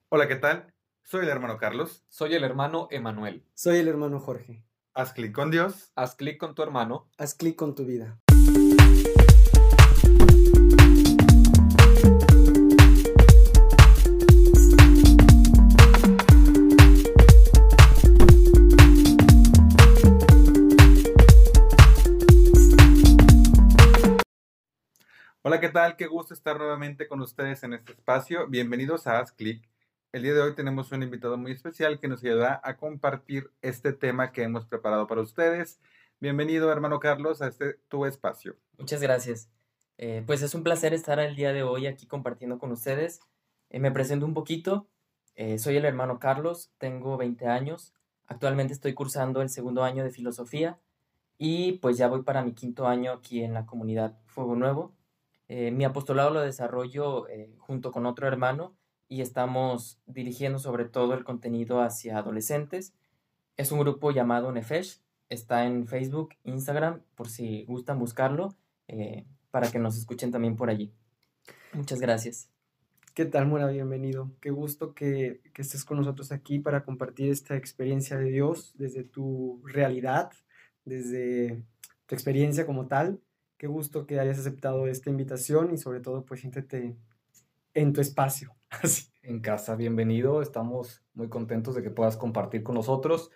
Hola, ¿qué tal? Soy el hermano Carlos. Soy el hermano Emanuel. Soy el hermano Jorge. Haz clic con Dios. Haz clic con tu hermano. Haz clic con tu vida. Hola, ¿qué tal? Qué gusto estar nuevamente con ustedes en este espacio. Bienvenidos a Haz clic. El día de hoy tenemos un invitado muy especial que nos ayudará a compartir este tema que hemos preparado para ustedes. Bienvenido, hermano Carlos, a tu espacio. Muchas gracias. Pues es un placer estar el día de hoy aquí compartiendo con ustedes. Me presento un poquito. Soy el hermano Carlos, tengo 20 años. Actualmente estoy cursando el segundo año de filosofía y pues ya voy para mi quinto año aquí en la comunidad Fuego Nuevo. Mi apostolado lo desarrollo junto con otro hermano y estamos dirigiendo sobre todo el contenido hacia adolescentes. Es un grupo llamado Nefesh, está en Facebook, Instagram, por si gustan buscarlo, para que nos escuchen también por allí. Muchas gracias. ¿Qué tal, Mora? Bienvenido. Qué gusto que estés con nosotros aquí para compartir esta experiencia de Dios desde tu realidad, desde tu experiencia como tal. Qué gusto que hayas aceptado esta invitación y sobre todo pues siéntete en tu espacio. Así. En casa, bienvenido. Estamos muy contentos de que puedas compartir con nosotros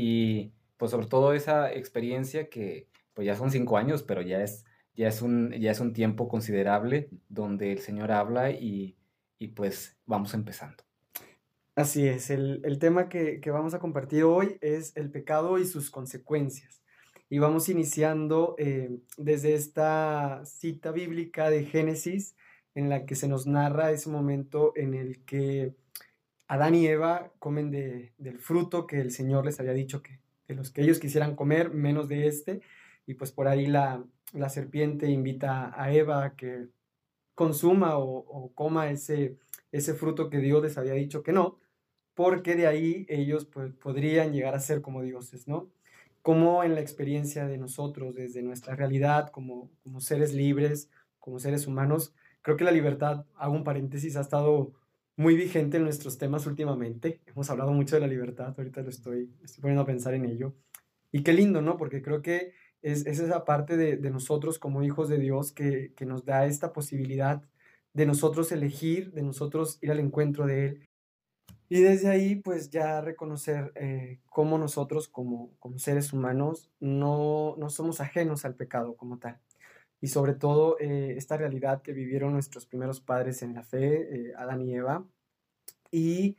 y pues sobre todo esa experiencia que pues ya son 5 años, pero ya es un tiempo considerable donde el Señor habla y pues vamos empezando. Así es, el tema que vamos a compartir hoy es el pecado y sus consecuencias. Y vamos iniciando desde esta cita bíblica de Génesis, en la que se nos narra ese momento en el que Adán y Eva comen del fruto que el Señor les había dicho que de los que ellos quisieran comer, menos de este. Y pues por ahí la serpiente invita a Eva a que consuma o coma ese fruto que Dios les había dicho que no, porque de ahí ellos pues, podrían llegar a ser como dioses, ¿no? Como en la experiencia de nosotros, desde nuestra realidad, como seres libres, como seres humanos, creo que la libertad, hago un paréntesis, ha estado muy vigente en nuestros temas últimamente. Hemos hablado mucho de la libertad, ahorita estoy poniendo a pensar en ello. Y qué lindo, ¿no? Porque creo que es esa parte de nosotros como hijos de Dios que nos da esta posibilidad de nosotros elegir, de nosotros ir al encuentro de Él. Y desde ahí, pues ya reconocer cómo nosotros como seres humanos no somos ajenos al pecado como tal. Y sobre todo esta realidad que vivieron nuestros primeros padres en la fe, Adán y Eva, y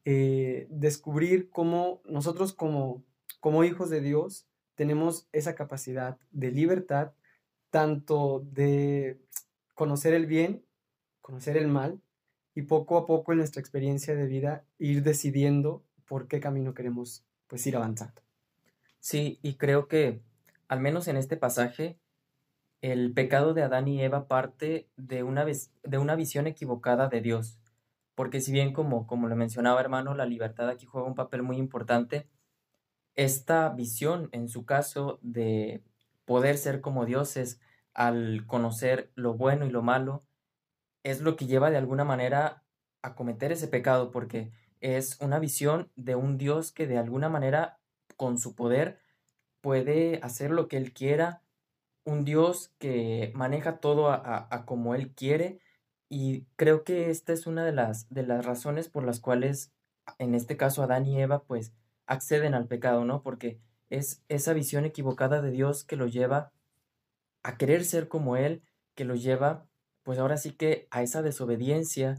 descubrir cómo nosotros como hijos de Dios tenemos esa capacidad de libertad, tanto de conocer el bien, conocer el mal, y poco a poco en nuestra experiencia de vida ir decidiendo por qué camino queremos pues ir avanzando. Sí, y creo que, al menos en este pasaje, el pecado de Adán y Eva parte de una visión equivocada de Dios. Porque si bien, como lo mencionaba hermano, la libertad aquí juega un papel muy importante, esta visión, en su caso, de poder ser como dioses al conocer lo bueno y lo malo, es lo que lleva de alguna manera a cometer ese pecado, porque es una visión de un Dios que de alguna manera, con su poder, puede hacer lo que Él quiera, un Dios que maneja todo a como Él quiere, y creo que esta es una de las razones por las cuales, en este caso, Adán y Eva, pues, acceden al pecado, ¿no? Porque es esa visión equivocada de Dios que lo lleva a querer ser como Él, que los lleva, pues ahora sí que a esa desobediencia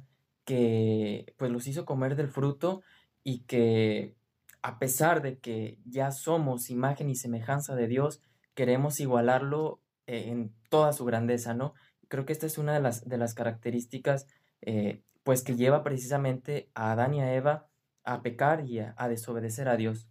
que pues los hizo comer del fruto y que a pesar de que ya somos imagen y semejanza de Dios, queremos igualarlo en toda su grandeza, ¿no? Creo que esta es una de las características pues que lleva precisamente a Adán y a Eva a pecar y a desobedecer a Dios.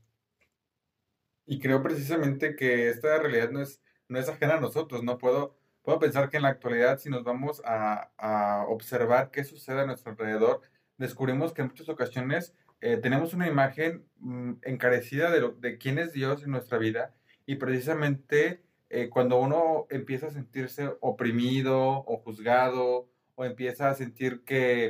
Y creo precisamente que esta realidad no es ajena a nosotros, ¿no? Puedo pensar que en la actualidad, si nos vamos a observar qué sucede a nuestro alrededor, descubrimos que en muchas ocasiones tenemos una imagen encarecida de quién es Dios en nuestra vida y precisamente cuando uno empieza a sentirse oprimido o juzgado o empieza a sentir que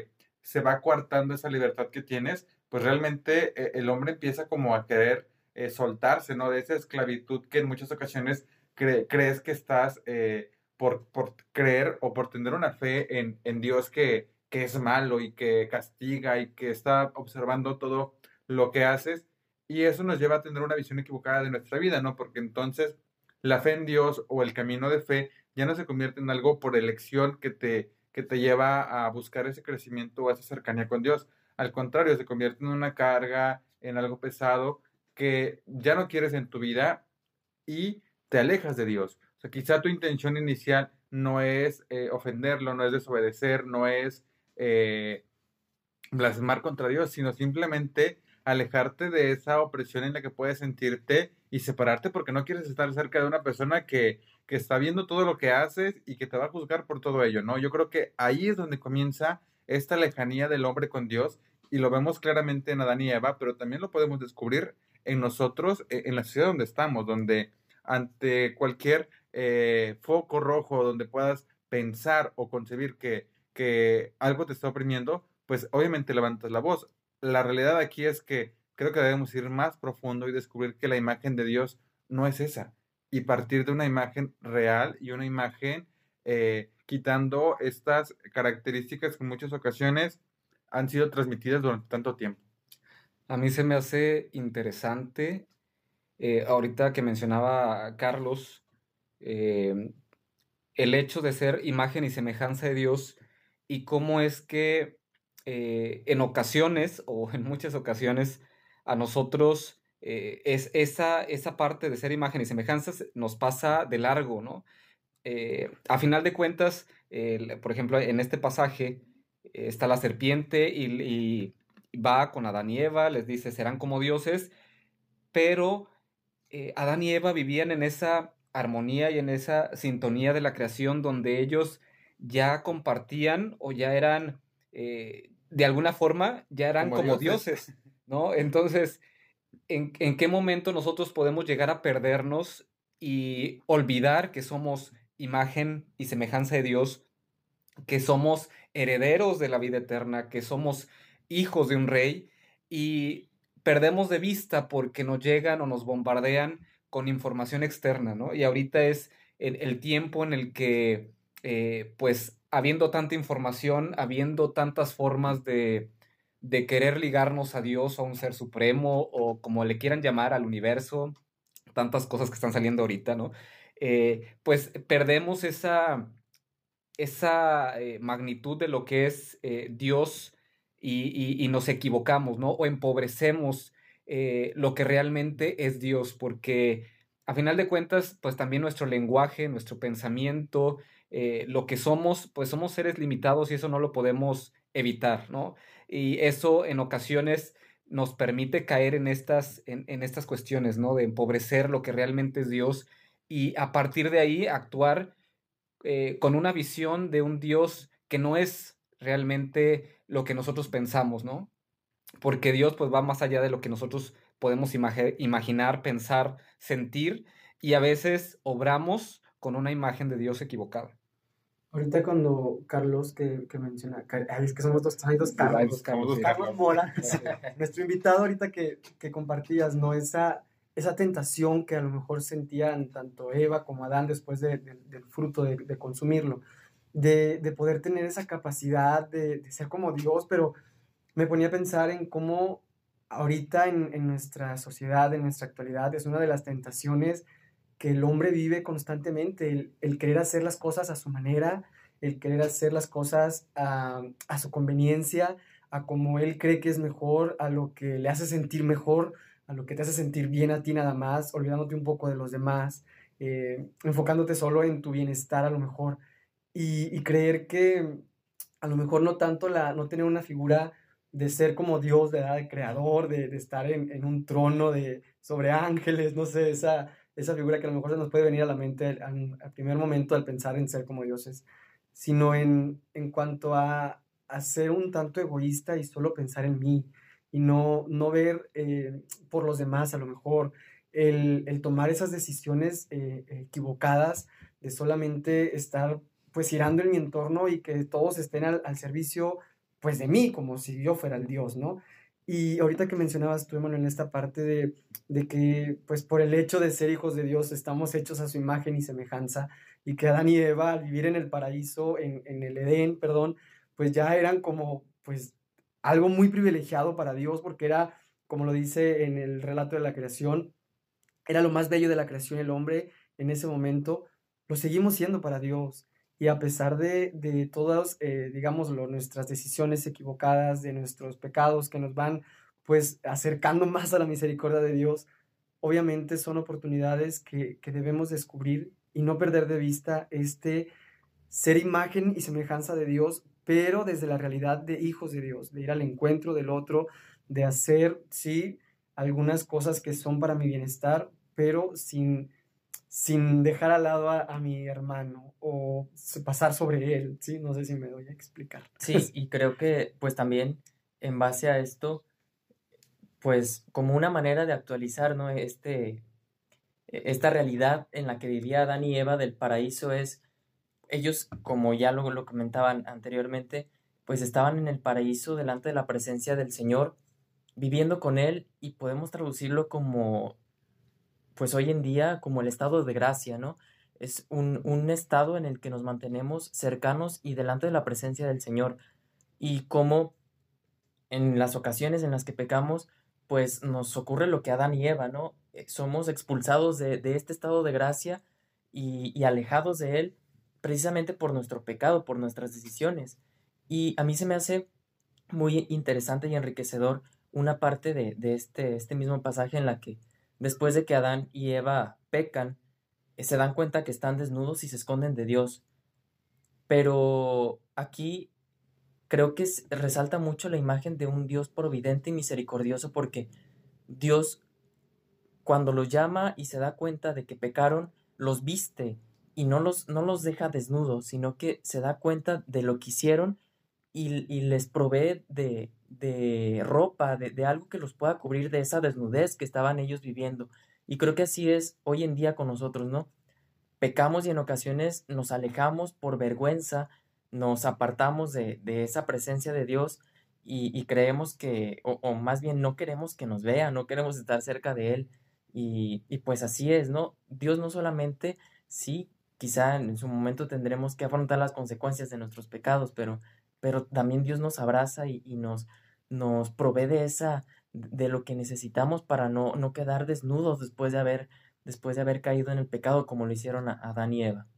se va coartando esa libertad que tienes, pues realmente el hombre empieza como a querer soltarse, ¿no? De esa esclavitud que en muchas ocasiones crees que estás por creer o por tener una fe en Dios que es malo y que castiga y que está observando todo lo que haces. Y eso nos lleva a tener una visión equivocada de nuestra vida, ¿no? Porque entonces la fe en Dios o el camino de fe ya no se convierte en algo por elección que te lleva a buscar ese crecimiento o esa cercanía con Dios. Al contrario, se convierte en una carga, en algo pesado que ya no quieres en tu vida y te alejas de Dios. O sea, quizá tu intención inicial no es ofenderlo, no es desobedecer, no es eh, blasfemar contra Dios, sino simplemente alejarte de esa opresión en la que puedes sentirte y separarte porque no quieres estar cerca de una persona que está viendo todo lo que haces y que te va a juzgar por todo ello, ¿no? Yo creo que ahí es donde comienza esta lejanía del hombre con Dios y lo vemos claramente en Adán y Eva, pero también lo podemos descubrir en nosotros, en la sociedad donde estamos, donde ante cualquier foco rojo donde puedas pensar o concebir que algo te está oprimiendo, pues obviamente levantas la voz. La realidad aquí es que creo que debemos ir más profundo y descubrir que la imagen de Dios no es esa. Y partir de una imagen real y una imagen quitando estas características que en muchas ocasiones han sido transmitidas durante tanto tiempo. A mí se me hace interesante, ahorita que mencionaba Carlos, eh, el hecho de ser imagen y semejanza de Dios y cómo es que en ocasiones o en muchas ocasiones a nosotros es esa parte de ser imagen y semejanza nos pasa de largo, ¿no? A final de cuentas, por ejemplo, en este pasaje está la serpiente y va con Adán y Eva, les dice, serán como dioses, pero Adán y Eva vivían en esa armonía y en esa sintonía de la creación donde ellos ya compartían o ya eran, de alguna forma, ya eran como dioses, ¿no? Entonces, ¿en qué momento nosotros podemos llegar a perdernos y olvidar que somos imagen y semejanza de Dios, que somos herederos de la vida eterna, que somos hijos de un rey y perdemos de vista porque nos llegan o nos bombardean con información externa, ¿no? Y ahorita es el tiempo en el que, pues, habiendo tanta información, habiendo tantas formas de querer ligarnos a Dios, a un ser supremo o como le quieran llamar al universo, tantas cosas que están saliendo ahorita, ¿no? Pues perdemos esa magnitud de lo que es Dios y nos equivocamos, ¿no? O empobrecemos lo que realmente es Dios, porque a final de cuentas, pues también nuestro lenguaje, nuestro pensamiento, lo que somos, pues somos seres limitados y eso no lo podemos evitar, ¿no? Y eso en ocasiones nos permite caer en estas cuestiones, ¿no? De empobrecer lo que realmente es Dios y a partir de ahí actuar con una visión de un Dios que no es realmente lo que nosotros pensamos, ¿no? Porque Dios pues va más allá de lo que nosotros podemos imaginar, pensar, sentir y a veces obramos con una imagen de Dios equivocada. Ahorita cuando Carlos que menciona, es que somos dos Carlos, Carlos Mora, nuestro invitado ahorita que compartías, ¿no? Esa tentación que a lo mejor sentían tanto Eva como Adán después del fruto, de consumirlo, de poder tener esa capacidad de ser como Dios, pero me ponía a pensar en cómo ahorita en nuestra sociedad, en nuestra actualidad, es una de las tentaciones que el hombre vive constantemente, el querer hacer las cosas a su manera, el querer hacer las cosas a su conveniencia, a como él cree que es mejor, a lo que le hace sentir mejor, a lo que te hace sentir bien a ti nada más, olvidándote un poco de los demás, enfocándote solo en tu bienestar a lo mejor, y creer que a lo mejor no tanto no tener una figura de ser como Dios, de creador, de estar en un trono sobre ángeles, no sé, esa figura que a lo mejor se nos puede venir a la mente al primer momento al pensar en ser como dioses, sino en cuanto a ser un tanto egoísta y solo pensar en mí y no ver por los demás a lo mejor, el tomar esas decisiones equivocadas de solamente estar pues girando en mi entorno y que todos estén al servicio pues de mí, como si yo fuera el Dios, ¿no? Y ahorita que mencionabas tú, Emanuel, en esta parte de que, pues por el hecho de ser hijos de Dios, estamos hechos a su imagen y semejanza, y que Adán y Eva, al vivir en el paraíso, en el Edén, perdón, pues ya eran como, pues, algo muy privilegiado para Dios, porque era, como lo dice en el relato de la creación, era lo más bello de la creación el hombre en ese momento, lo seguimos siendo para Dios. Y a pesar de todas, digámoslo, nuestras decisiones equivocadas, de nuestros pecados que nos van pues acercando más a la misericordia de Dios, obviamente son oportunidades que debemos descubrir y no perder de vista este ser imagen y semejanza de Dios, pero desde la realidad de hijos de Dios, de ir al encuentro del otro, de hacer, sí, algunas cosas que son para mi bienestar, pero sin dejar al lado a mi hermano o pasar sobre él, ¿sí? No sé si me doy a explicar. Sí, y creo que pues también en base a esto, pues como una manera de actualizar, ¿no? Esta realidad en la que vivía Adán y Eva del paraíso es, ellos, como ya lo comentaban anteriormente, pues estaban en el paraíso delante de la presencia del Señor, viviendo con Él, y podemos traducirlo como, pues hoy en día, como el estado de gracia, ¿no? Es un estado en el que nos mantenemos cercanos y delante de la presencia del Señor, y como en las ocasiones en las que pecamos, pues nos ocurre lo que a Adán y Eva, ¿no? Somos expulsados de este estado de gracia y alejados de Él precisamente por nuestro pecado, por nuestras decisiones. Y a mí se me hace muy interesante y enriquecedor una parte de este mismo pasaje en la que después de que Adán y Eva pecan, se dan cuenta que están desnudos y se esconden de Dios. Pero aquí creo que resalta mucho la imagen de un Dios providente y misericordioso, porque Dios, cuando los llama y se da cuenta de que pecaron, los viste y no los deja desnudos, sino que se da cuenta de lo que hicieron y les provee de ropa, de algo que los pueda cubrir de esa desnudez que estaban ellos viviendo. Y creo que así es hoy en día con nosotros, ¿no? Pecamos y en ocasiones nos alejamos por vergüenza, nos apartamos de esa presencia de Dios, y creemos que, o más bien no queremos que nos vea, no queremos estar cerca de Él. Y pues así es, ¿no? Dios no solamente, sí, quizá en su momento tendremos que afrontar las consecuencias de nuestros pecados, pero también Dios nos abraza y nos provee de lo que necesitamos para no quedar desnudos después de haber caído en el pecado como lo hicieron a Adán y Eva.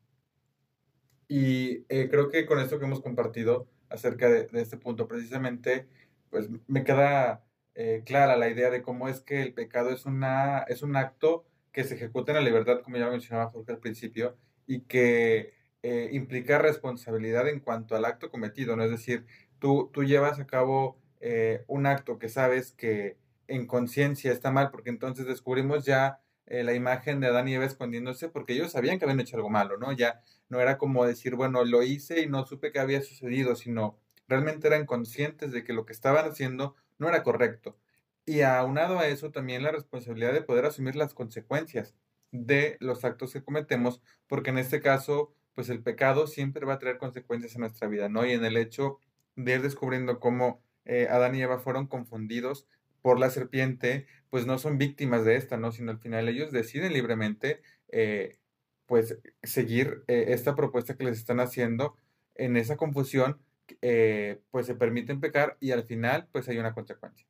Y creo que con esto que hemos compartido acerca de este punto, precisamente, pues me queda clara la idea de cómo es que el pecado es un acto que se ejecuta en la libertad, como ya lo mencionaba Jorge al principio, y que implica responsabilidad en cuanto al acto cometido, ¿no? Es decir, tú llevas a cabo un acto que sabes que en conciencia está mal, porque entonces descubrimos ya la imagen de Adán y Eva escondiéndose, porque ellos sabían que habían hecho algo malo, ¿no? Ya no era como decir, bueno, lo hice y no supe qué había sucedido, sino realmente eran conscientes de que lo que estaban haciendo no era correcto. Y aunado a eso también la responsabilidad de poder asumir las consecuencias de los actos que cometemos, porque en este caso, pues el pecado siempre va a traer consecuencias en nuestra vida, ¿no? Y en el hecho de ir descubriendo cómo Adán y Eva fueron confundidos por la serpiente, pues no son víctimas de esta, ¿no? Sino al final ellos deciden libremente pues seguir esta propuesta que les están haciendo. En esa confusión, pues se permiten pecar y al final, pues hay una consecuencia.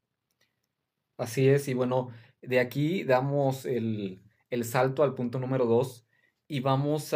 Así es, y bueno, de aquí damos el salto al punto número 2 y vamos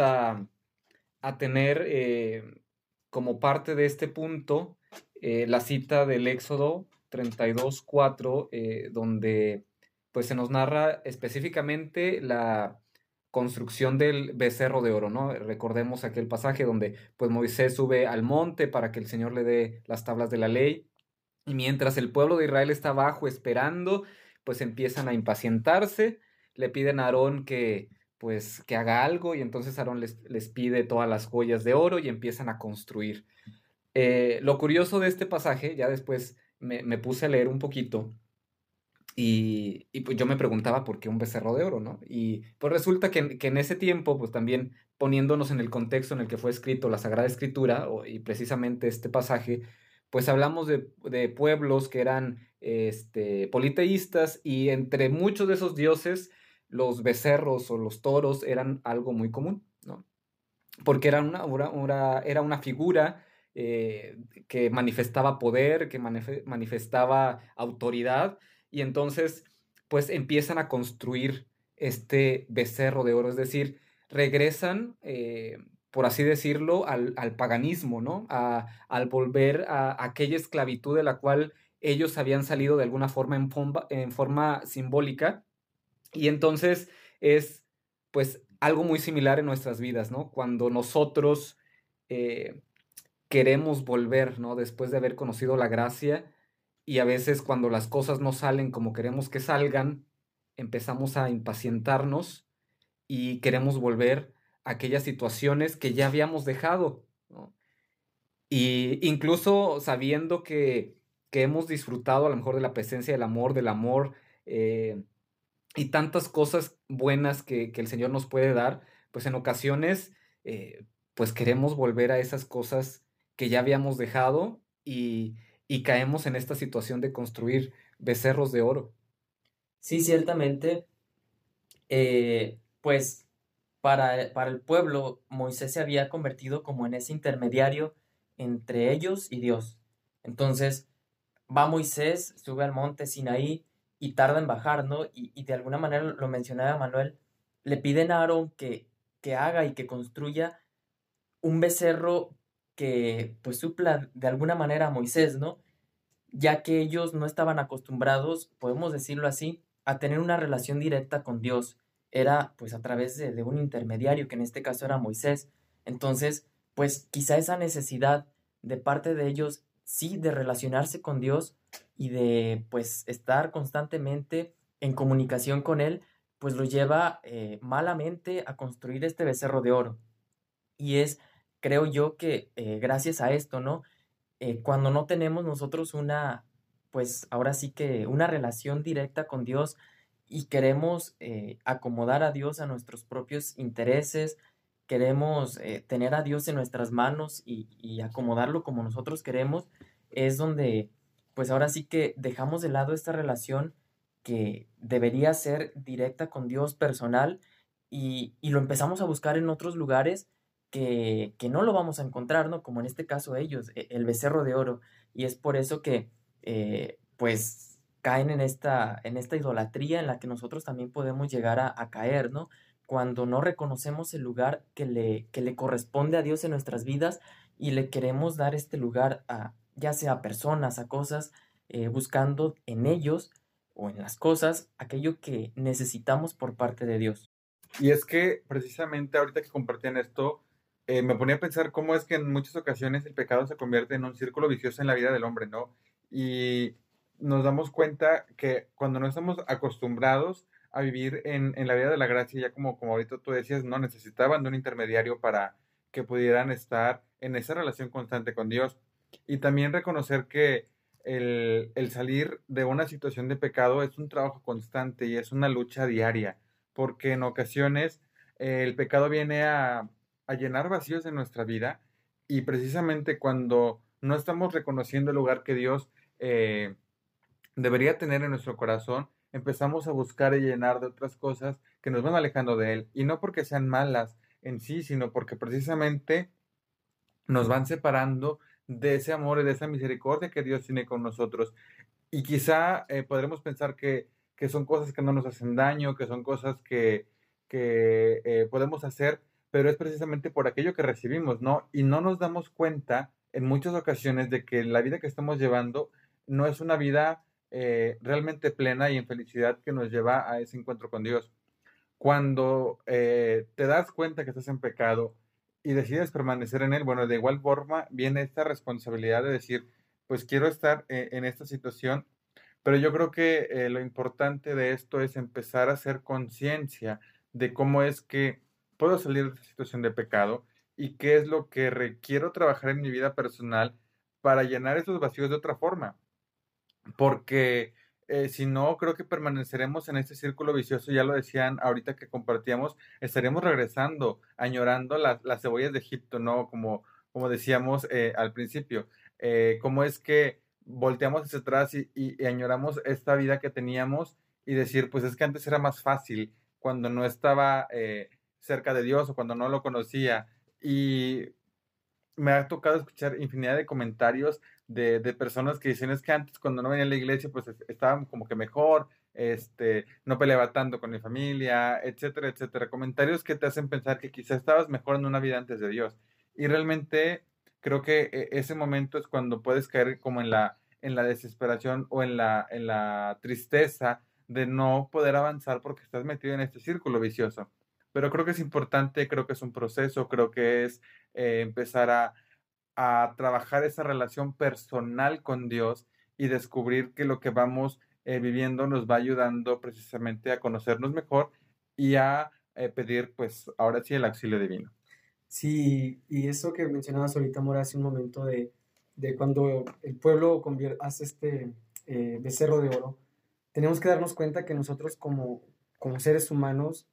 a tener como parte de este punto la cita del Éxodo 32:4, donde pues se nos narra específicamente la construcción del becerro de oro, ¿no? Recordemos aquel pasaje donde pues Moisés sube al monte para que el Señor le dé las tablas de la ley, y mientras el pueblo de Israel está abajo esperando, pues empiezan a impacientarse, le piden a Aarón que haga algo, y entonces Aarón les pide todas las joyas de oro y empiezan a construir. Lo curioso de este pasaje, ya después me puse a leer un poquito, y pues yo me preguntaba por qué un becerro de oro, ¿no? Y pues resulta que en ese tiempo, pues también poniéndonos en el contexto en el que fue escrito la Sagrada Escritura, y precisamente este pasaje, pues hablamos de pueblos que eran politeístas, y entre muchos de esos dioses, los becerros o los toros eran algo muy común, ¿no? Porque era una figura que manifestaba poder, que manifestaba autoridad, y entonces pues empiezan a construir este becerro de oro, es decir, regresan, por así decirlo, al paganismo, ¿no? Al volver a aquella esclavitud de la cual ellos habían salido de alguna forma en forma simbólica, y entonces es pues algo muy similar en nuestras vidas, ¿no? Cuando nosotros eh, queremos volver, ¿no? Después de haber conocido la gracia, y a veces cuando las cosas no salen como queremos que salgan, empezamos a impacientarnos y queremos volver a aquellas situaciones que ya habíamos dejado, ¿no? Y incluso sabiendo que hemos disfrutado a lo mejor de la presencia del amor, eh, y tantas cosas buenas que el Señor nos puede dar, pues en ocasiones, pues queremos volver a esas cosas que ya habíamos dejado, y caemos en esta situación de construir becerros de oro. Sí, ciertamente, pues para el pueblo, Moisés se había convertido como en ese intermediario entre ellos y Dios. Entonces, va Moisés, sube al monte Sinaí y tarda en bajar, ¿no? Y de alguna manera lo mencionaba Manuel, le piden a Aarón que haga y que construya un becerro que pues supla de alguna manera a Moisés, ¿no? Ya que ellos no estaban acostumbrados, podemos decirlo así, a tener una relación directa con Dios. Era pues a través de un intermediario, que en este caso era Moisés. Entonces, pues quizá esa necesidad de parte de ellos, sí, de relacionarse con Dios y de pues estar constantemente en comunicación con Él, pues lo lleva malamente a construir este becerro de oro. Y es, creo yo, que gracias a esto, ¿no? Cuando no tenemos nosotros una, pues ahora sí que una relación directa con Dios y queremos acomodar a Dios a nuestros propios intereses, queremos tener a Dios en nuestras manos y acomodarlo como nosotros queremos, es donde pues ahora sí que dejamos de lado esta relación que debería ser directa con Dios, personal, y lo empezamos a buscar en otros lugares que no lo vamos a encontrar, ¿no? Como en este caso ellos, el becerro de oro. Y es por eso que, pues, caen en esta idolatría en la que nosotros también podemos llegar a caer, ¿no? Cuando no reconocemos el lugar que le corresponde a Dios en nuestras vidas y le queremos dar este lugar a, ya sea a personas, a cosas, buscando en ellos o en las cosas aquello que necesitamos por parte de Dios. Y es que precisamente ahorita que compartían esto, me ponía a pensar cómo es que en muchas ocasiones el pecado se convierte en un círculo vicioso en la vida del hombre, ¿no? Y nos damos cuenta que cuando no estamos acostumbrados a vivir en la vida de la gracia, ya como ahorita tú decías, no necesitaban de un intermediario para que pudieran estar en esa relación constante con Dios. Y también reconocer que el salir de una situación de pecado es un trabajo constante y es una lucha diaria, porque en ocasiones el pecado viene a llenar vacíos en nuestra vida, y precisamente cuando no estamos reconociendo el lugar que Dios debería tener en nuestro corazón, empezamos a buscar y llenar de otras cosas que nos van alejando de Él, y no porque sean malas en sí, sino porque precisamente nos van separando de ese amor y de esa misericordia que Dios tiene con nosotros. Y quizá podremos pensar que son cosas que no nos hacen daño, que son cosas que podemos hacer, pero es precisamente por aquello que recibimos, ¿no? Y no nos damos cuenta en muchas ocasiones de que la vida que estamos llevando no es una vida realmente plena y en felicidad que nos lleva a ese encuentro con Dios. Cuando te das cuenta que estás en pecado y decides permanecer en él, bueno, de igual forma viene esta responsabilidad de decir, pues quiero estar en esta situación, pero yo creo que lo importante de esto es empezar a hacer conciencia de cómo es que puedo salir de esta situación de pecado y qué es lo que requiero trabajar en mi vida personal para llenar esos vacíos de otra forma, porque si no, creo que permaneceremos en este círculo vicioso, ya lo decían ahorita que compartíamos, estaremos regresando, añorando las cebollas de Egipto, ¿no? Como decíamos al principio. cómo es que volteamos hacia atrás y añoramos esta vida que teníamos y decir, pues es que antes era más fácil cuando no estaba cerca de Dios o cuando no lo conocía. Y me ha tocado escuchar infinidad de comentarios de personas que dicen es que antes cuando no venía a la iglesia pues estaba como que mejor, no peleaba tanto con mi familia, etcétera, etcétera. Comentarios que te hacen pensar que quizás estabas mejor en una vida antes de Dios. Y realmente creo que ese momento es cuando puedes caer como en la desesperación o en la tristeza de no poder avanzar porque estás metido en este círculo vicioso. Pero creo que es importante, creo que es un proceso, creo que es empezar a trabajar esa relación personal con Dios y descubrir que lo que vamos viviendo nos va ayudando precisamente a conocernos mejor y a pedir, pues, ahora sí el auxilio divino. Sí, y eso que mencionabas ahorita, Mora, hace un momento de cuando el pueblo hace este becerro de oro, tenemos que darnos cuenta que nosotros como seres humanos,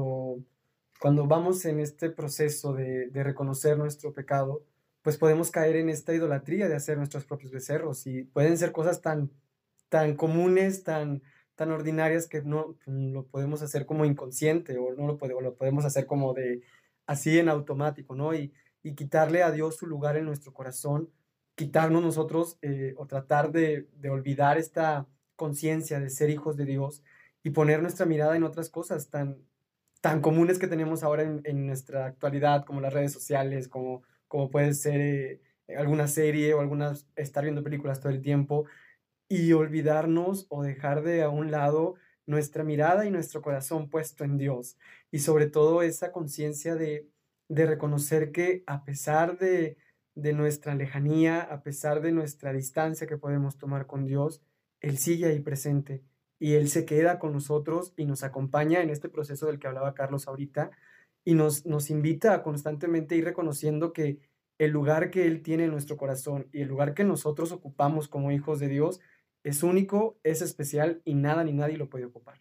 cuando vamos en este proceso de reconocer nuestro pecado, pues podemos caer en esta idolatría de hacer nuestros propios becerros y pueden ser cosas tan comunes, tan ordinarias que no lo podemos hacer como inconsciente o no lo podemos hacer como de así en automático, ¿no? Y quitarle a Dios su lugar en nuestro corazón, quitarnos nosotros o tratar de olvidar esta conciencia de ser hijos de Dios y poner nuestra mirada en otras cosas tan comunes que tenemos ahora en nuestra actualidad, como las redes sociales, como puede ser alguna serie o estar viendo películas todo el tiempo y olvidarnos o dejar de a un lado nuestra mirada y nuestro corazón puesto en Dios. Y sobre todo esa conciencia de reconocer que a pesar de nuestra lejanía, a pesar de nuestra distancia que podemos tomar con Dios, Él sigue ahí presente y Él se queda con nosotros y nos acompaña en este proceso del que hablaba Carlos ahorita y nos invita a constantemente ir reconociendo que el lugar que Él tiene en nuestro corazón y el lugar que nosotros ocupamos como hijos de Dios es único, es especial y nada ni nadie lo puede ocupar.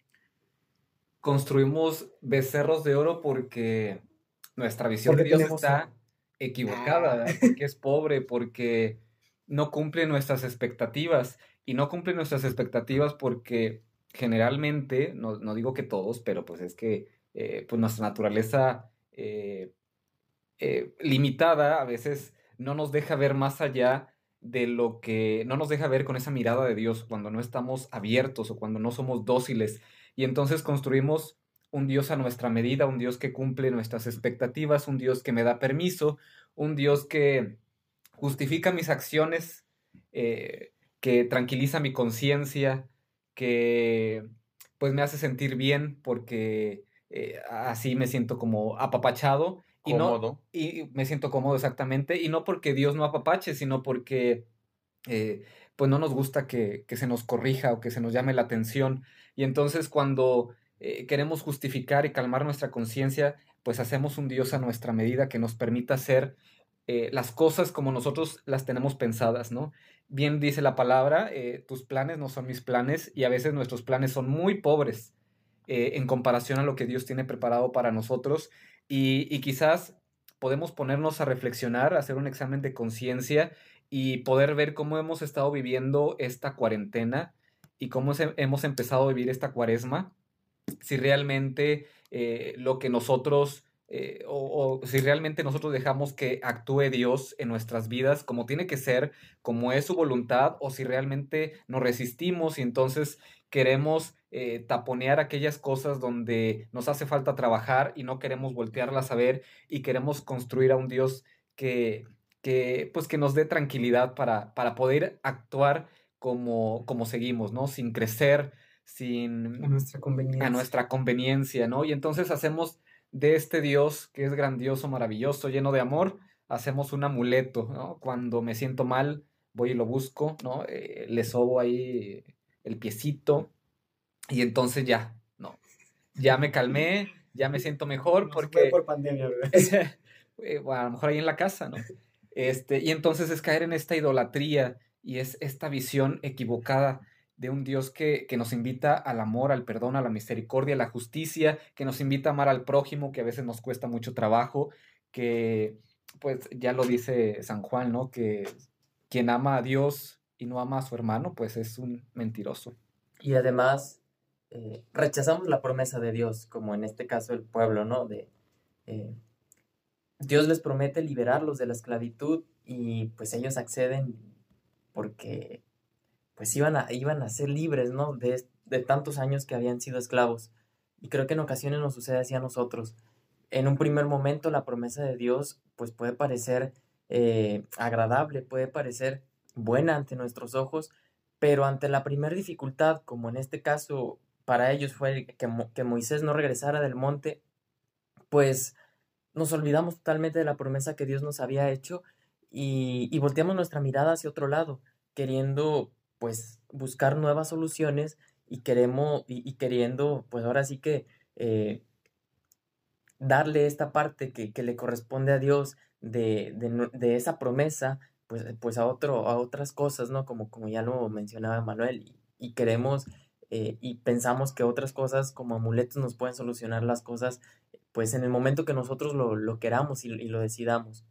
Construimos becerros de oro porque nuestra visión de Porque Dios tenemos está equivocada, porque es pobre, porque no cumple nuestras expectativas. Y no cumple nuestras expectativas porque generalmente, no digo que todos, pero pues es que pues nuestra naturaleza limitada a veces no nos deja ver más allá de lo que, no nos deja ver con esa mirada de Dios cuando no estamos abiertos o cuando no somos dóciles. Y entonces construimos un Dios a nuestra medida, un Dios que cumple nuestras expectativas, un Dios que me da permiso, un Dios que justifica mis acciones, que tranquiliza mi conciencia, que pues me hace sentir bien porque así me siento como apapachado Cómodo. y me siento cómodo exactamente, y no porque Dios no apapache, sino porque pues no nos gusta que se nos corrija o que se nos llame la atención. Y entonces cuando queremos justificar y calmar nuestra conciencia, pues hacemos un Dios a nuestra medida que nos permita hacer las cosas como nosotros las tenemos pensadas, ¿no? Bien dice la palabra, tus planes no son mis planes, y a veces nuestros planes son muy pobres en comparación a lo que Dios tiene preparado para nosotros, y quizás podemos ponernos a reflexionar, hacer un examen de conciencia y poder ver cómo hemos estado viviendo esta cuarentena y cómo hemos empezado a vivir esta cuaresma, si realmente lo que nosotros, o si realmente nosotros dejamos que actúe Dios en nuestras vidas como tiene que ser, como es su voluntad, o si realmente nos resistimos y entonces queremos taponear aquellas cosas donde nos hace falta trabajar y no queremos voltearlas a ver y queremos construir a un Dios pues que nos dé tranquilidad para poder actuar como seguimos, ¿no? Sin crecer, a nuestra a conveniencia. nuestra conveniencia, ¿no? Y entonces hacemos de este Dios que es grandioso, maravilloso, lleno de amor, hacemos un amuleto, ¿no? Cuando me siento mal, voy y lo busco, ¿no? Le sobo ahí el piecito y entonces ya, ¿no? Ya me calmé, ya me siento mejor No se fue porque por pandemia, ¿verdad? bueno, a lo mejor ahí en la casa, ¿no? Y entonces es caer en esta idolatría y es esta visión equivocada de un Dios que nos invita al amor, al perdón, a la misericordia, a la justicia, que nos invita a amar al prójimo, que a veces nos cuesta mucho trabajo, que pues ya lo dice San Juan, ¿no? Que quien ama a Dios y no ama a su hermano, pues es un mentiroso. Y además rechazamos la promesa de Dios, como en este caso el pueblo, ¿no? Eh, Dios les promete liberarlos de la esclavitud y pues ellos acceden porque pues iban a ser libres, ¿no? De tantos años que habían sido esclavos. Y creo que en ocasiones nos sucede así a nosotros. En un primer momento la promesa de Dios pues puede parecer agradable, puede parecer buena ante nuestros ojos, pero ante la primera dificultad, como en este caso para ellos fue que Moisés no regresara del monte, pues nos olvidamos totalmente de la promesa que Dios nos había hecho y volteamos nuestra mirada hacia otro lado, queriendo pues buscar nuevas soluciones y queriendo pues ahora sí que darle esta parte que le corresponde a Dios de esa promesa pues a otras cosas, ¿no? Como ya lo mencionaba Manuel, y queremos y pensamos que otras cosas como amuletos nos pueden solucionar las cosas pues en el momento que nosotros lo queramos y lo decidamos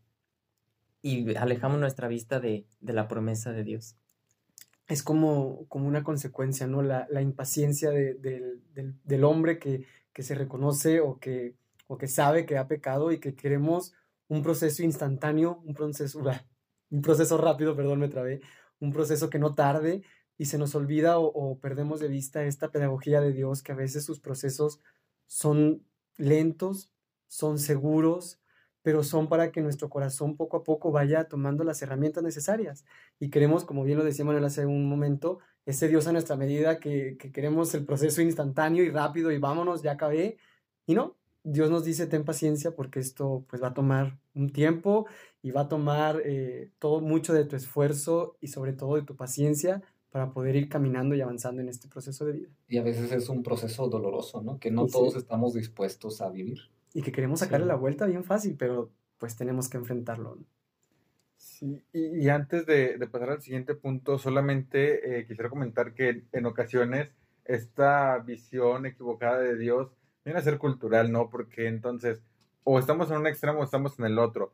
y alejamos nuestra vista de la promesa de Dios. Es como una consecuencia, ¿no? La impaciencia del hombre que se reconoce o que sabe que ha pecado y que queremos un proceso instantáneo, un proceso rápido, perdón, me trabé, un proceso que no tarde y se nos olvida o perdemos de vista esta pedagogía de Dios, que a veces sus procesos son lentos, son seguros, pero son para que nuestro corazón poco a poco vaya tomando las herramientas necesarias. Y queremos, como bien lo decía Manuel hace un momento, ese Dios a nuestra medida, que queremos el proceso instantáneo y rápido y vámonos, ya acabé. Y no, Dios nos dice, ten paciencia porque esto pues va a tomar un tiempo y va a tomar todo mucho de tu esfuerzo y sobre todo de tu paciencia para poder ir caminando y avanzando en este proceso de vida. Y a veces es un proceso doloroso, ¿no? Que no Y todos sí, estamos dispuestos a vivir. y que queremos sacarle Sí. la vuelta bien fácil, pero pues tenemos que enfrentarlo, ¿no? Sí, y antes de pasar al siguiente punto, solamente quisiera comentar que en ocasiones esta visión equivocada de Dios viene a ser cultural, ¿no? Porque entonces o estamos en un extremo o estamos en el otro.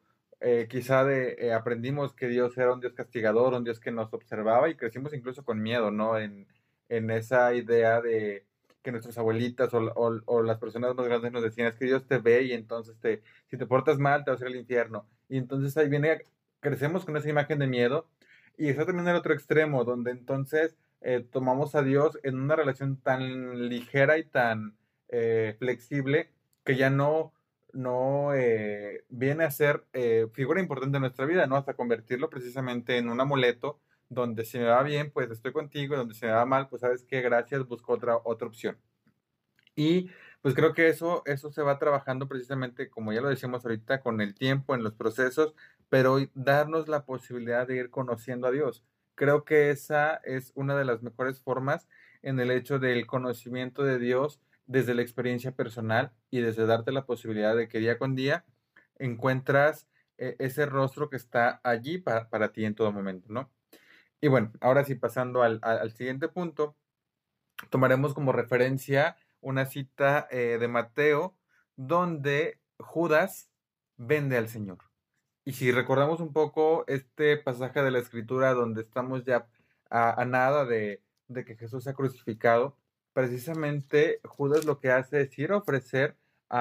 Aprendimos que Dios era un Dios castigador, un Dios que nos observaba y crecimos incluso con miedo, ¿no? En esa idea de que nuestras abuelitas o las personas más grandes nos decían, es que Dios te ve y entonces si te portas mal te vas a ir al infierno. Y entonces ahí viene, crecemos con esa imagen de miedo y está también el otro extremo, donde entonces tomamos a Dios en una relación tan ligera y tan flexible que ya no viene a ser figura importante en nuestra vida, ¿no? Hasta convertirlo precisamente en un amuleto donde si me va bien, pues estoy contigo, y donde si me va mal, pues sabes qué, gracias, busco otra opción. Y pues creo que eso se va trabajando precisamente, como ya lo decíamos ahorita, con el tiempo, en los procesos, pero darnos la posibilidad de ir conociendo a Dios. Creo que esa es una de las mejores formas en el hecho del conocimiento de Dios desde la experiencia personal y desde darte la posibilidad de que día con día encuentras ese rostro que está allí para ti en todo momento, ¿no? Y bueno, ahora sí, pasando al siguiente punto, tomaremos como referencia una cita de Mateo donde Judas vende al Señor. Y si recordamos un poco este pasaje de la Escritura donde estamos ya a nada de que Jesús sea crucificado, precisamente Judas lo que hace es ir a ofrecer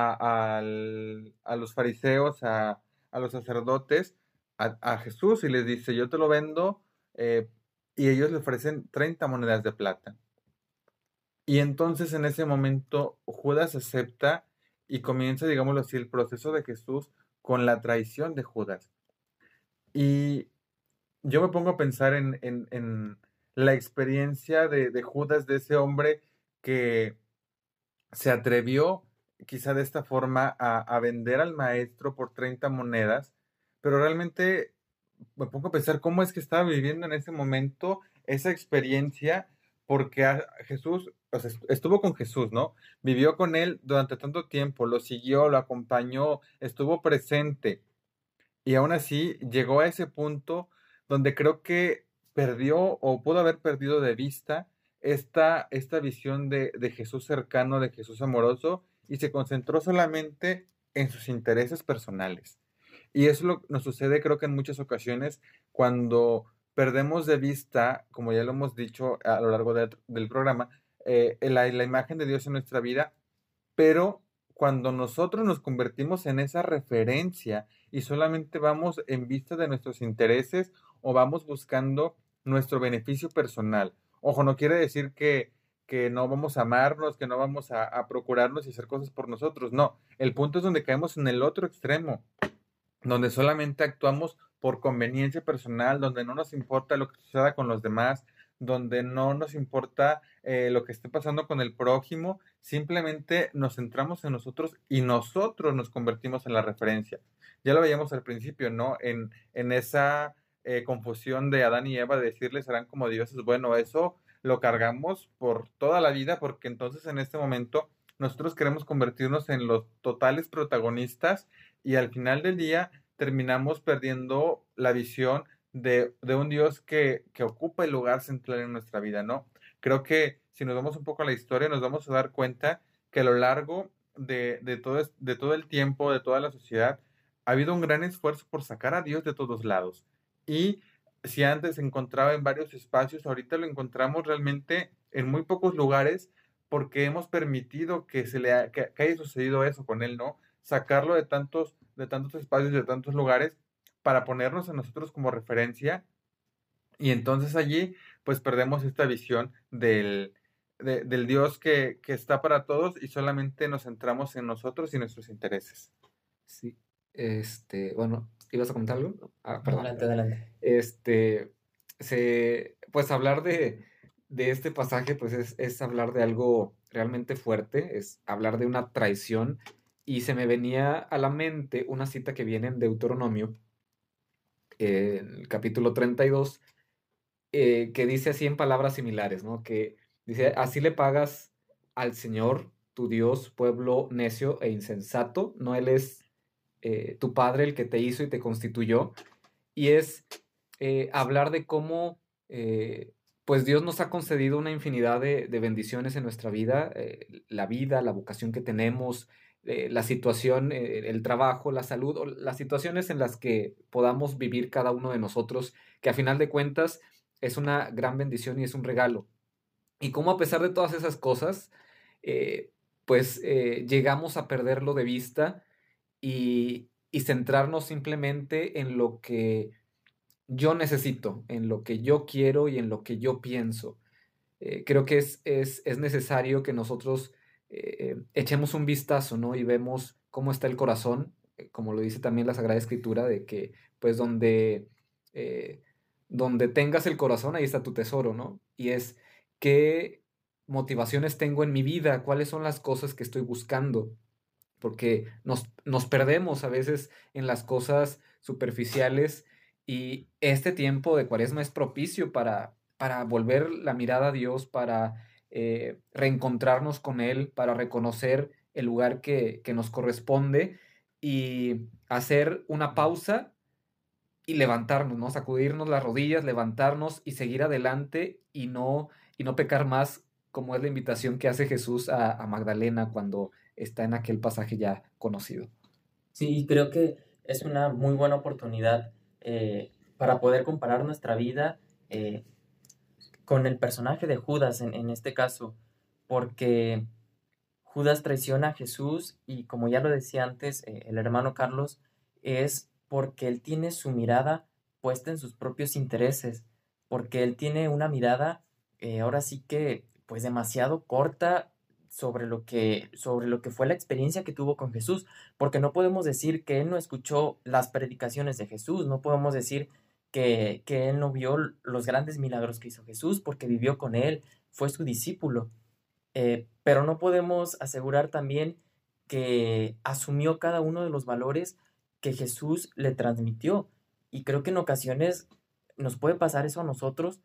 a los fariseos, a los sacerdotes, a Jesús y les dice, yo te lo vendo, y ellos le ofrecen 30 monedas de plata. Y entonces en ese momento Judas acepta y comienza, digámoslo así, el proceso de Jesús con la traición de Judas. Y yo me pongo a pensar en la experiencia de Judas, de ese hombre que se atrevió quizá de esta forma a vender al maestro por 30 monedas, pero realmente me pongo a pensar cómo es que estaba viviendo en ese momento esa experiencia, porque Jesús, o sea, estuvo con Jesús, ¿no? Vivió con él durante tanto tiempo, lo siguió, lo acompañó, estuvo presente, y aún así llegó a ese punto donde creo que perdió o pudo haber perdido de vista esta visión de Jesús cercano, de Jesús amoroso, y se concentró solamente en sus intereses personales. Y eso nos sucede creo que en muchas ocasiones cuando perdemos de vista, como ya lo hemos dicho a lo largo del programa, la imagen de Dios en nuestra vida, pero cuando nosotros nos convertimos en esa referencia y solamente vamos en vista de nuestros intereses o vamos buscando nuestro beneficio personal. Ojo, no quiere decir que no vamos a amarnos, que no vamos a procurarnos y hacer cosas por nosotros. No, el punto es donde caemos en el otro extremo, donde solamente actuamos por conveniencia personal, donde no nos importa lo que suceda con los demás, donde no nos importa lo que esté pasando con el prójimo, simplemente nos centramos en nosotros y nosotros nos convertimos en la referencia. Ya lo veíamos al principio, ¿no? En esa confusión de Adán y Eva de decirles serán como dioses. Bueno, eso lo cargamos por toda la vida porque entonces en este momento nosotros queremos convertirnos en los totales protagonistas y al final del día terminamos perdiendo la visión de un Dios que ocupa el lugar central en nuestra vida, ¿no? Creo que si nos vamos un poco a la historia, nos vamos a dar cuenta que a lo largo de todo el tiempo, de toda la sociedad, ha habido un gran esfuerzo por sacar a Dios de todos lados. Y si antes se encontraba en varios espacios, ahorita lo encontramos realmente en muy pocos lugares porque hemos permitido que haya sucedido eso con él, ¿no? Sacarlo de tantos espacios, de tantos lugares, para ponernos a nosotros como referencia. Y entonces allí, pues perdemos esta visión del Dios que está para todos y solamente nos centramos en nosotros y nuestros intereses. Sí, bueno, ¿ibas a comentar algo? Ah, perdón. Adelante, adelante. Pues hablar de este pasaje, pues es hablar de algo realmente fuerte, es hablar de una traición, y se me venía a la mente una cita que viene en Deuteronomio, en el capítulo 32, que dice así en palabras similares, ¿no? Que dice, así le pagas al Señor, tu Dios, pueblo necio e insensato, no Él es tu Padre el que te hizo y te constituyó, y es hablar de cómo pues Dios nos ha concedido una infinidad de bendiciones en nuestra vida, la vocación que tenemos, la situación, el trabajo, la salud, o las situaciones en las que podamos vivir cada uno de nosotros, que a final de cuentas es una gran bendición y es un regalo. Y cómo a pesar de todas esas cosas, eh, pues llegamos a perderlo de vista y centrarnos simplemente en lo que yo necesito, en lo que yo quiero y en lo que yo pienso. Creo que es necesario que nosotros echemos un vistazo, ¿no? Y vemos cómo está el corazón, como lo dice también la Sagrada Escritura, de que pues eh, donde tengas el corazón, ahí está tu tesoro, ¿no? Y es qué motivaciones tengo en mi vida, cuáles son las cosas que estoy buscando, porque nos perdemos a veces en las cosas superficiales, y este tiempo de Cuaresma es propicio para volver la mirada a Dios, para reencontrarnos con Él, para reconocer el lugar que nos corresponde y hacer una pausa y levantarnos, ¿no? Sacudirnos las rodillas, levantarnos y seguir adelante, y no pecar más, como es la invitación que hace Jesús a Magdalena cuando está en aquel pasaje ya conocido. Sí, y creo que es una muy buena oportunidad para poder comparar nuestra vida eh, con el personaje de Judas en este caso, porque Judas traiciona a Jesús y, como ya lo decía antes el hermano Carlos, es porque él tiene su mirada puesta en sus propios intereses, porque él tiene una mirada ahora sí que pues demasiado corta sobre lo que fue la experiencia que tuvo con Jesús, porque no podemos decir que él no escuchó las predicaciones de Jesús, no podemos decir que él no vio los grandes milagros que hizo Jesús, porque vivió con él, fue su discípulo. Pero no podemos asegurar también que asumió cada uno de los valores que Jesús le transmitió. Y creo que en ocasiones nos puede pasar eso a nosotros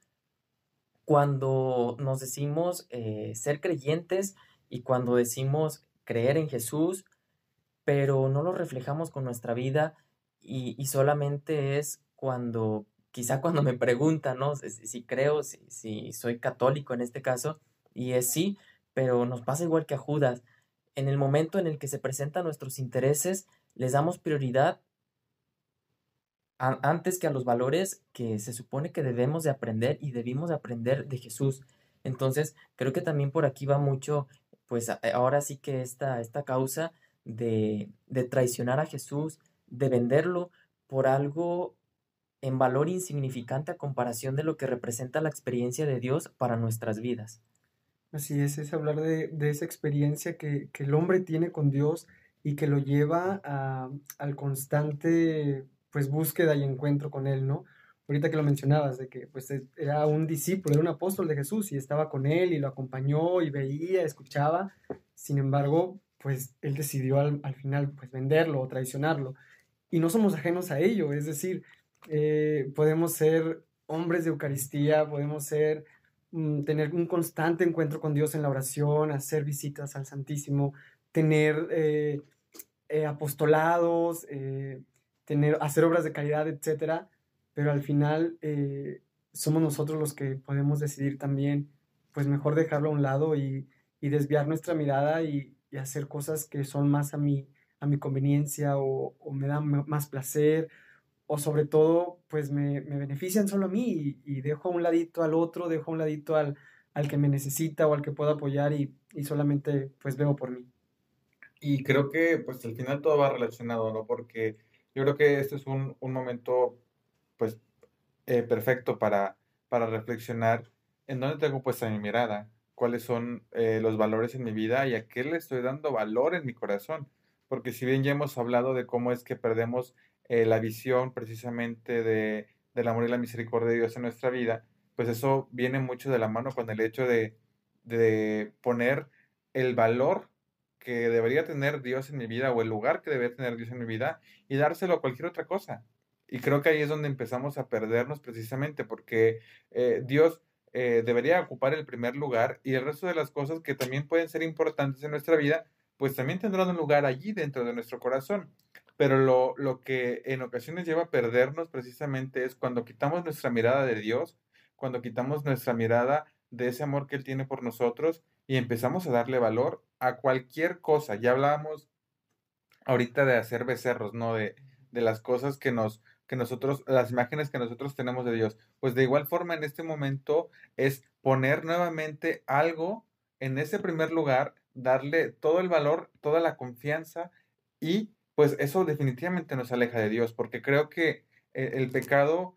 cuando nos decimos ser creyentes y cuando decimos creer en Jesús, pero no lo reflejamos con nuestra vida, y solamente es quizá cuando me preguntan, ¿no? Si creo, si soy católico en este caso, y es sí, pero nos pasa igual que a Judas. En el momento en el que se presentan nuestros intereses, les damos prioridad antes que a los valores que se supone que debemos de aprender y debimos de aprender de Jesús. Entonces, creo que también por aquí va mucho, pues ahora sí que esta causa de traicionar a Jesús, de venderlo por algo en valor insignificante a comparación de lo que representa la experiencia de Dios para nuestras vidas. Así es hablar de esa experiencia que el hombre tiene con Dios y que lo lleva al constante pues búsqueda y encuentro con Él, ¿no? Ahorita que lo mencionabas, de que pues era un discípulo, era un apóstol de Jesús y estaba con Él y lo acompañó y veía, escuchaba. Sin embargo, pues Él decidió al final pues venderlo o traicionarlo. Y no somos ajenos a ello, es decir, podemos ser hombres de Eucaristía, podemos ser tener un constante encuentro con Dios en la oración, hacer visitas al Santísimo, tener apostolados, hacer obras de caridad, etcétera, pero al final somos nosotros los que podemos decidir también, pues mejor dejarlo a un lado y desviar nuestra mirada y hacer cosas que son más a mi conveniencia o me dan más placer o sobre todo, pues me benefician solo a mí y dejo a un ladito al otro, dejo a un ladito al que me necesita o al que puedo apoyar y solamente pues veo por mí. Y creo que pues al final todo va relacionado, ¿no? Porque yo creo que este es un momento pues perfecto para reflexionar en dónde tengo puesta mi mirada, cuáles son los valores en mi vida y a qué le estoy dando valor en mi corazón. Porque si bien ya hemos hablado de cómo es que perdemos la visión precisamente del amor y la misericordia de Dios en nuestra vida, pues eso viene mucho de la mano con el hecho de poner el valor que debería tener Dios en mi vida o el lugar que debería tener Dios en mi vida y dárselo a cualquier otra cosa. Y creo que ahí es donde empezamos a perdernos precisamente porque Dios debería ocupar el primer lugar y el resto de las cosas que también pueden ser importantes en nuestra vida, pues también tendrán un lugar allí dentro de nuestro corazón. Pero lo que en ocasiones lleva a perdernos precisamente es cuando quitamos nuestra mirada de Dios, cuando quitamos nuestra mirada de ese amor que Él tiene por nosotros y empezamos a darle valor a cualquier cosa. Ya hablábamos ahorita de hacer becerros, ¿no? De las cosas que nosotros, las imágenes que nosotros tenemos de Dios. Pues de igual forma en este momento es poner nuevamente algo en ese primer lugar, darle todo el valor, toda la confianza y pues eso definitivamente nos aleja de Dios, porque creo que el pecado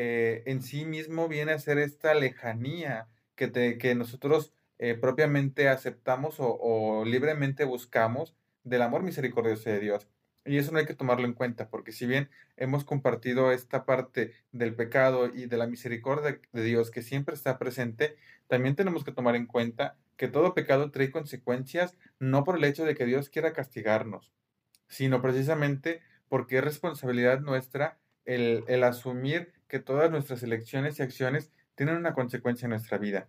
en sí mismo viene a ser esta lejanía que nosotros propiamente aceptamos o libremente buscamos del amor misericordioso de Dios. Y eso no hay que tomarlo en cuenta, porque si bien hemos compartido esta parte del pecado y de la misericordia de Dios que siempre está presente, también tenemos que tomar en cuenta que todo pecado trae consecuencias, no por el hecho de que Dios quiera castigarnos, sino precisamente porque es responsabilidad nuestra el asumir que todas nuestras elecciones y acciones tienen una consecuencia en nuestra vida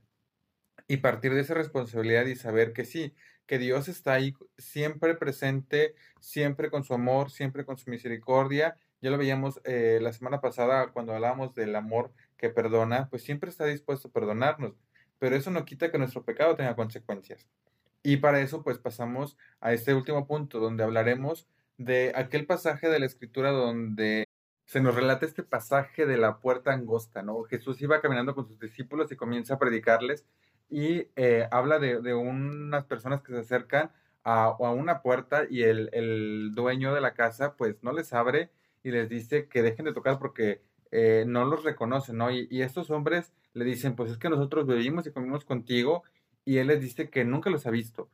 y partir de esa responsabilidad y saber que sí, que Dios está ahí siempre presente, siempre con su amor, siempre con su misericordia. Ya lo veíamos la semana pasada cuando hablábamos del amor que perdona, pues siempre está dispuesto a perdonarnos, pero eso no quita que nuestro pecado tenga consecuencias. Y para eso pues pasamos a este último punto donde hablaremos de aquel pasaje de la Escritura donde se nos relata este pasaje de la puerta angosta, ¿no? Jesús iba caminando con sus discípulos y comienza a predicarles y habla de unas personas que se acercan a una puerta y el dueño de la casa pues no les abre y les dice que dejen de tocar porque no los reconocen, ¿no? Y estos hombres le dicen, pues es que nosotros vivimos y comimos contigo y él les dice que nunca los ha visto.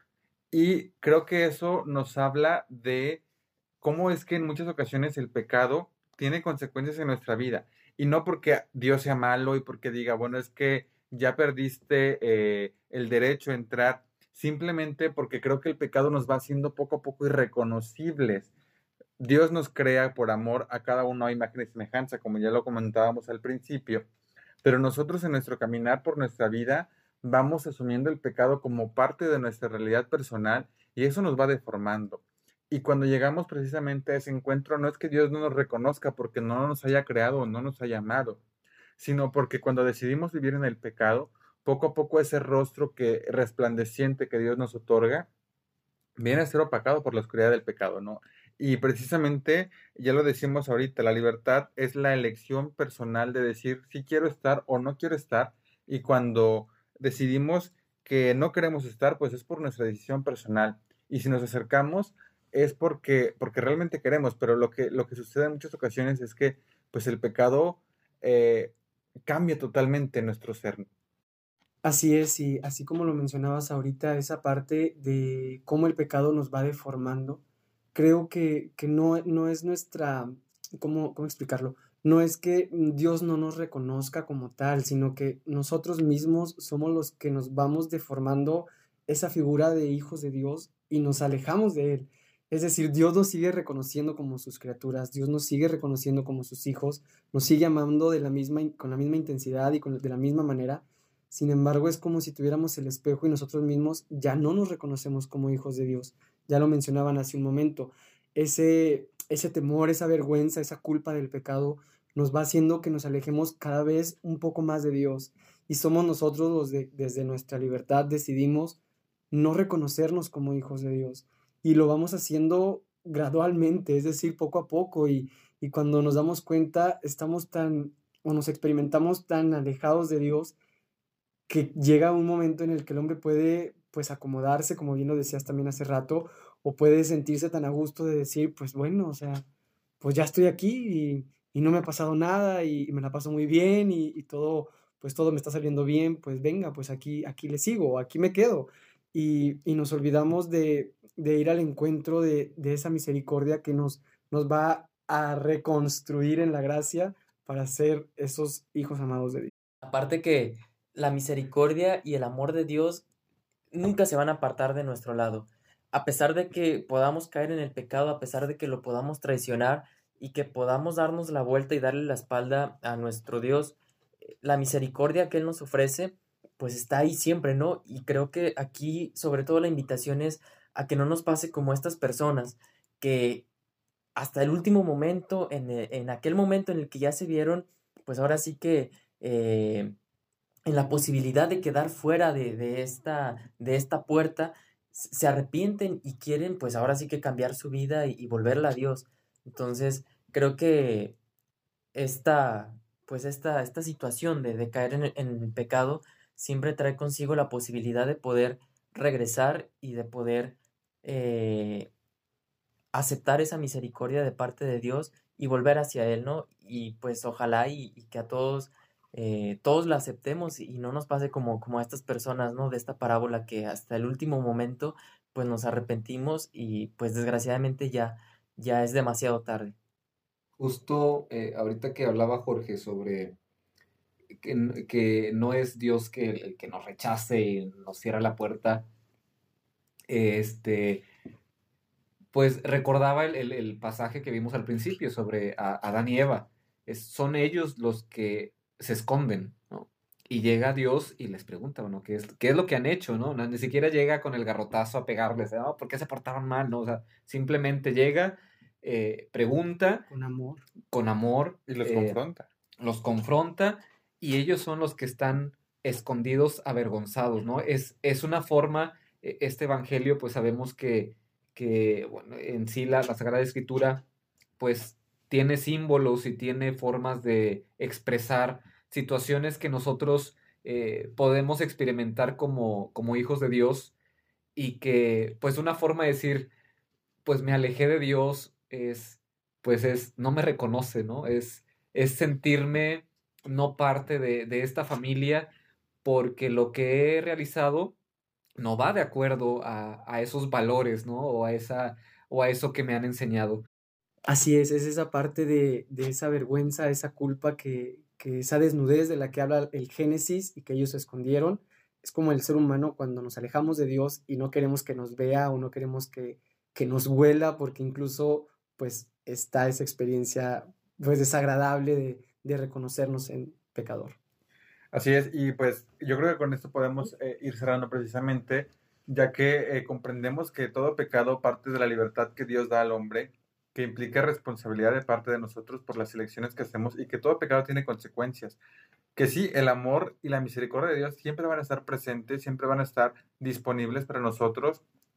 Y creo que eso nos habla de cómo es que en muchas ocasiones el pecado tiene consecuencias en nuestra vida. Y no porque Dios sea malo y porque diga, bueno, es que ya perdiste el derecho a entrar, simplemente porque creo que el pecado nos va haciendo poco a poco irreconocibles. Dios nos crea por amor a cada uno a imagen y semejanza, como ya lo comentábamos al principio, pero nosotros en nuestro caminar por nuestra vida vamos asumiendo el pecado como parte de nuestra realidad personal y eso nos va deformando. Y cuando llegamos precisamente a ese encuentro, no es que Dios no nos reconozca porque no nos haya creado o no nos haya amado, sino porque cuando decidimos vivir en el pecado, poco a poco ese rostro que resplandeciente que Dios nos otorga viene a ser opacado por la oscuridad del pecado, ¿no? Y precisamente, ya lo decimos ahorita, la libertad es la elección personal de decir si quiero estar o no quiero estar. Y cuando decidimos que no queremos estar, pues es por nuestra decisión personal. Y si nos acercamos es porque realmente queremos, pero lo que sucede en muchas ocasiones es que pues el pecado eh, cambia totalmente nuestro ser. Así es, y así como lo mencionabas ahorita, esa parte de cómo el pecado nos va deformando, creo que no es nuestra, ¿cómo explicarlo? No es que Dios no nos reconozca como tal, sino que nosotros mismos somos los que nos vamos deformando esa figura de hijos de Dios y nos alejamos de Él. Es decir, Dios nos sigue reconociendo como sus criaturas, Dios nos sigue reconociendo como sus hijos, nos sigue amando con la misma intensidad y de la misma manera. Sin embargo, es como si tuviéramos el espejo y nosotros mismos ya no nos reconocemos como hijos de Dios. Ya lo mencionaban hace un momento. Ese temor, esa vergüenza, esa culpa del pecado nos va haciendo que nos alejemos cada vez un poco más de Dios. Y somos nosotros desde nuestra libertad decidimos no reconocernos como hijos de Dios. Y lo vamos haciendo gradualmente, es decir, poco a poco. Y cuando nos damos cuenta, estamos o nos experimentamos tan alejados de Dios que llega un momento en el que el hombre puede, pues, acomodarse, como bien lo decías también hace rato, o puede sentirse tan a gusto de decir, pues, bueno, o sea, pues ya estoy aquí y no me ha pasado nada y me la paso muy bien y todo, pues todo me está saliendo bien, pues venga, pues aquí le sigo, aquí me quedo. Y nos olvidamos de ir al encuentro de esa misericordia que nos va a reconstruir en la gracia para ser esos hijos amados de Dios. Aparte que la misericordia y el amor de Dios nunca se van a apartar de nuestro lado. A pesar de que podamos caer en el pecado, a pesar de que lo podamos traicionar y que podamos darnos la vuelta y darle la espalda a nuestro Dios, la misericordia que Él nos ofrece, pues está ahí siempre, ¿no? Y creo que aquí, sobre todo, la invitación es a que no nos pase como estas personas que hasta el último momento, en aquel momento en el que ya se vieron, pues ahora sí que en la posibilidad de quedar fuera de esta puerta, se arrepienten y quieren pues ahora sí que cambiar su vida y volverla a Dios. Entonces, creo que esta situación de caer en el pecado siempre trae consigo la posibilidad de poder regresar y de poder eh, aceptar esa misericordia de parte de Dios y volver hacia Él, ¿no? Y pues ojalá y que a todos la aceptemos y no nos pase como a estas personas, ¿no? De esta parábola que hasta el último momento pues nos arrepentimos y pues desgraciadamente ya es demasiado tarde. Justo ahorita que hablaba Jorge sobre que no es Dios el que nos rechace y nos cierra la puerta, este, pues recordaba el pasaje que vimos al principio sobre Adán y Eva. Son ellos los que se esconden, ¿no? Y llega Dios y les pregunta, bueno, ¿qué es lo que han hecho, no? Ni siquiera llega con el garrotazo a pegarles, ¿no? ¿Por qué se portaron mal, no? O sea, simplemente llega, pregunta Con amor. Y los confronta. los confronta y ellos son los que están escondidos, avergonzados, ¿no? Es una forma, este evangelio, pues sabemos que bueno, en sí la Sagrada Escritura, pues tiene símbolos y tiene formas de expresar situaciones que nosotros podemos experimentar como hijos de Dios y que, pues una forma de decir, pues me alejé de Dios no me reconoce, ¿no? Es sentirme no parte de esta familia porque lo que he realizado no va de acuerdo a esos valores, ¿no? O a eso que me han enseñado. Así es esa parte de esa vergüenza, esa culpa que esa desnudez de la que habla el Génesis y que ellos escondieron. Es como el ser humano cuando nos alejamos de Dios y no queremos que nos vea o no queremos que nos huela, porque incluso pues está esa experiencia pues desagradable de reconocernos en pecador. Así es, y pues yo creo que con esto podemos ir cerrando precisamente, ya que comprendemos que todo pecado parte de la libertad que Dios da al hombre, que implica responsabilidad de parte de nosotros por las elecciones que hacemos y que todo pecado tiene consecuencias. Que sí, el amor y la misericordia de Dios siempre van a estar presentes, siempre van a estar disponibles para nosotros,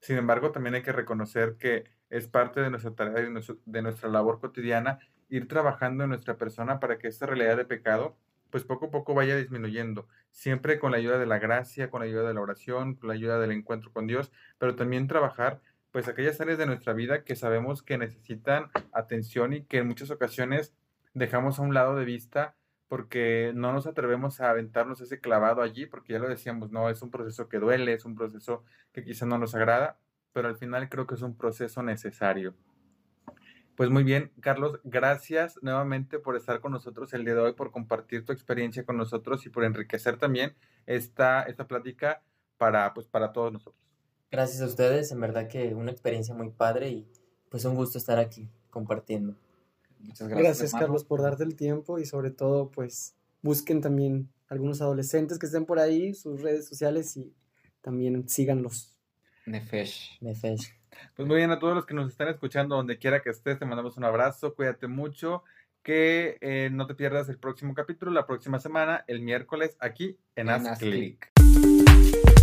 Sin embargo, también hay que reconocer que es parte de nuestra tarea y de nuestra labor cotidiana ir trabajando en nuestra persona para que esta realidad de pecado, pues poco a poco vaya disminuyendo, siempre con la ayuda de la gracia, con la ayuda de la oración, con la ayuda del encuentro con Dios, pero también trabajar pues aquellas áreas de nuestra vida que sabemos que necesitan atención y que en muchas ocasiones dejamos a un lado de vista porque no nos atrevemos a aventarnos ese clavado allí, porque ya lo decíamos, no, es un proceso que duele, es un proceso que quizá no nos agrada, pero al final creo que es un proceso necesario. Pues muy bien, Carlos, gracias nuevamente por estar con nosotros el día de hoy, por compartir tu experiencia con nosotros y por enriquecer también esta plática pues, para todos nosotros. Gracias a ustedes, en verdad que una experiencia muy padre y pues un gusto estar aquí compartiendo. Muchas Gracias, hermano. Carlos, por darte el tiempo y sobre todo, pues, busquen también algunos adolescentes que estén por ahí, sus redes sociales y también síganlos. Nefesh. Nefesh. Pues muy bien, a todos los que nos están escuchando, donde quiera que estés, te mandamos un abrazo, cuídate mucho, que no te pierdas el próximo capítulo, la próxima semana, el miércoles, aquí en Haz Click.